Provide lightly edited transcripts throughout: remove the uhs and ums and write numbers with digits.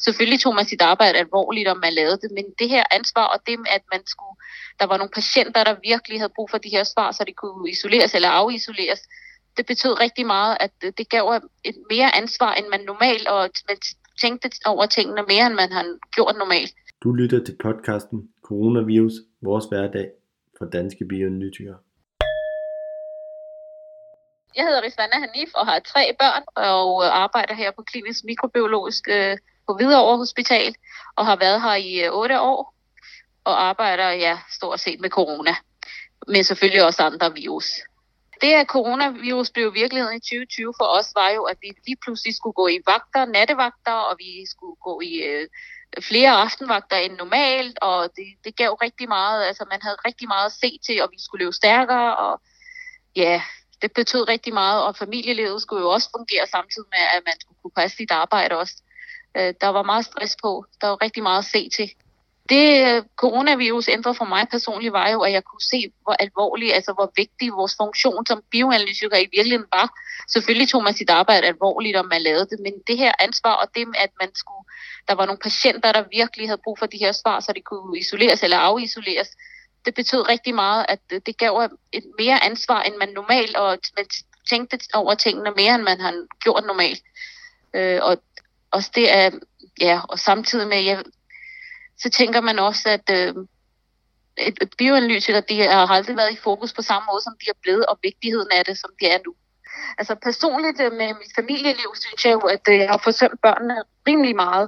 Selvfølgelig tog man sit arbejde alvorligt, og man lavede det, men det her ansvar, og det at der var nogle patienter, der virkelig havde brug for de her svar, så de kunne isoleres eller afisoleres, det betød rigtig meget, at det gav et mere ansvar, end man normalt, og man tænkte over tingene mere, end man har gjort normalt. Du lytter til podcasten Coronavirus, vores hverdag for danske bioanalytikere. Jeg hedder Rizvana Hanif og har 3 børn og arbejder her på klinisk mikrobiologisk på Hvidovre Hospital og har været her i 8 år og arbejder stort set med corona, men selvfølgelig også andre virus. Det at coronavirus blev virkeligheden i 2020 for os var jo, at vi lige pludselig skulle gå i vagter, nattevagter, og vi skulle gå i flere aftenvagter end normalt, og det gav rigtig meget, altså man havde rigtig meget at se til, og vi skulle løbe stærkere, og ja, det betød rigtig meget, og familielivet skulle jo også fungere samtidig med, at man skulle kunne passe sit arbejde også. Der var meget stress på, der var rigtig meget at se til. Det coronavirus ændrede for mig personligt var jo, at jeg kunne se, hvor alvorlig, altså hvor vigtig vores funktion som bioanalytiker i virkeligheden var. Selvfølgelig tog man sit arbejde alvorligt, og man lavede det, men det her ansvar, og det at der var nogle patienter, der virkelig havde brug for de her svar, så de kunne isoleres eller afisoleres, det betød rigtig meget, at det gav et mere ansvar, end man normalt, og man tænkte over tingene mere, end man har gjort normalt. Og også det er, og samtidig med, så tænker man også, at bioanalytikere, de har aldrig været i fokus på samme måde, som de er blevet, og vigtigheden af det, som de er nu. Altså personligt med mit familieliv, synes jeg jo, at jeg har forsømt børnene rimelig meget.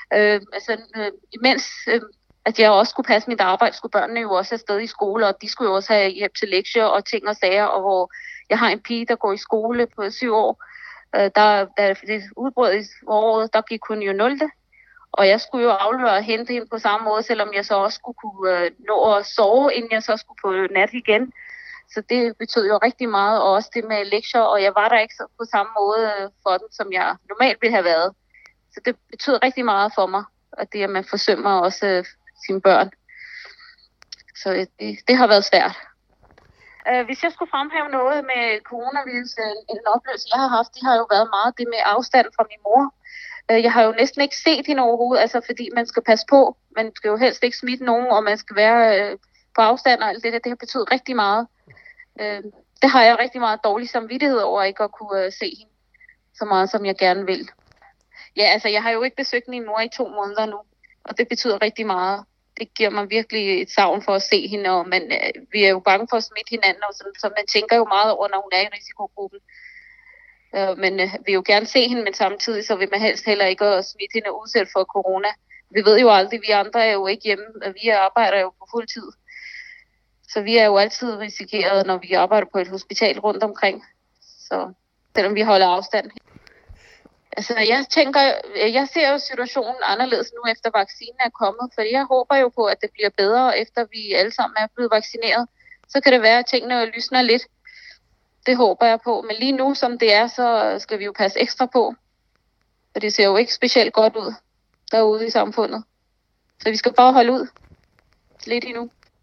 Imens at jeg også skulle passe mit arbejde, skulle børnene jo også afsted i skole, og de skulle jo også have hjælp til lektier og ting og sager, og hvor jeg har en pige, der går i skole på 7 år. Da det udbrød i året, der gik hun jo 0. Og jeg skulle jo aflevere og hente hende på samme måde, selvom jeg så også skulle kunne nå at sove, inden jeg så skulle på nat igen. Så det betød jo rigtig meget, og også det med lektier, og jeg var der ikke på samme måde for dem, som jeg normalt ville have været. Så det betød rigtig meget for mig, at det at man forsømmer også sine børn. Så det har været svært. Hvis jeg skulle fremhæve noget med coronavirus, en oplevelse jeg har haft, det har jo været meget det med afstand fra min mor. Jeg har jo næsten ikke set hende overhovedet, altså fordi man skal passe på. Man skal jo helst ikke smitte nogen, og man skal være på afstand og alt det der. Det har betydet rigtig meget. Det har jeg rigtig meget dårlig samvittighed over, ikke at kunne se hende så meget, som jeg gerne vil. Ja, altså jeg har jo ikke besøgt min mor i 2 måneder nu, og det betyder rigtig meget. Det giver mig virkelig et savn for at se hende, og vi er jo bange for at smitte hinanden, og sådan, så man tænker jo meget over, når hun er i risikogruppen. Men vil jo gerne se hende, men samtidig så vil man helst heller ikke at smitte hende og udsætte for corona. Vi ved jo aldrig, vi andre er jo ikke hjemme, vi arbejder jo på fuld tid. Så vi er jo altid risikeret, når vi arbejder på et hospital rundt omkring. Så selvom vi holder afstand. Altså jeg ser jo situationen anderledes nu efter vaccinen er kommet, for jeg håber jo på, at det bliver bedre, efter vi alle sammen er blevet vaccineret. Så kan det være, at tingene lysner lidt. Det håber jeg på. Men lige nu, som det er, så skal vi jo passe ekstra på. For det ser jo ikke specielt godt ud derude i samfundet. Så vi skal bare holde ud lidt endnu.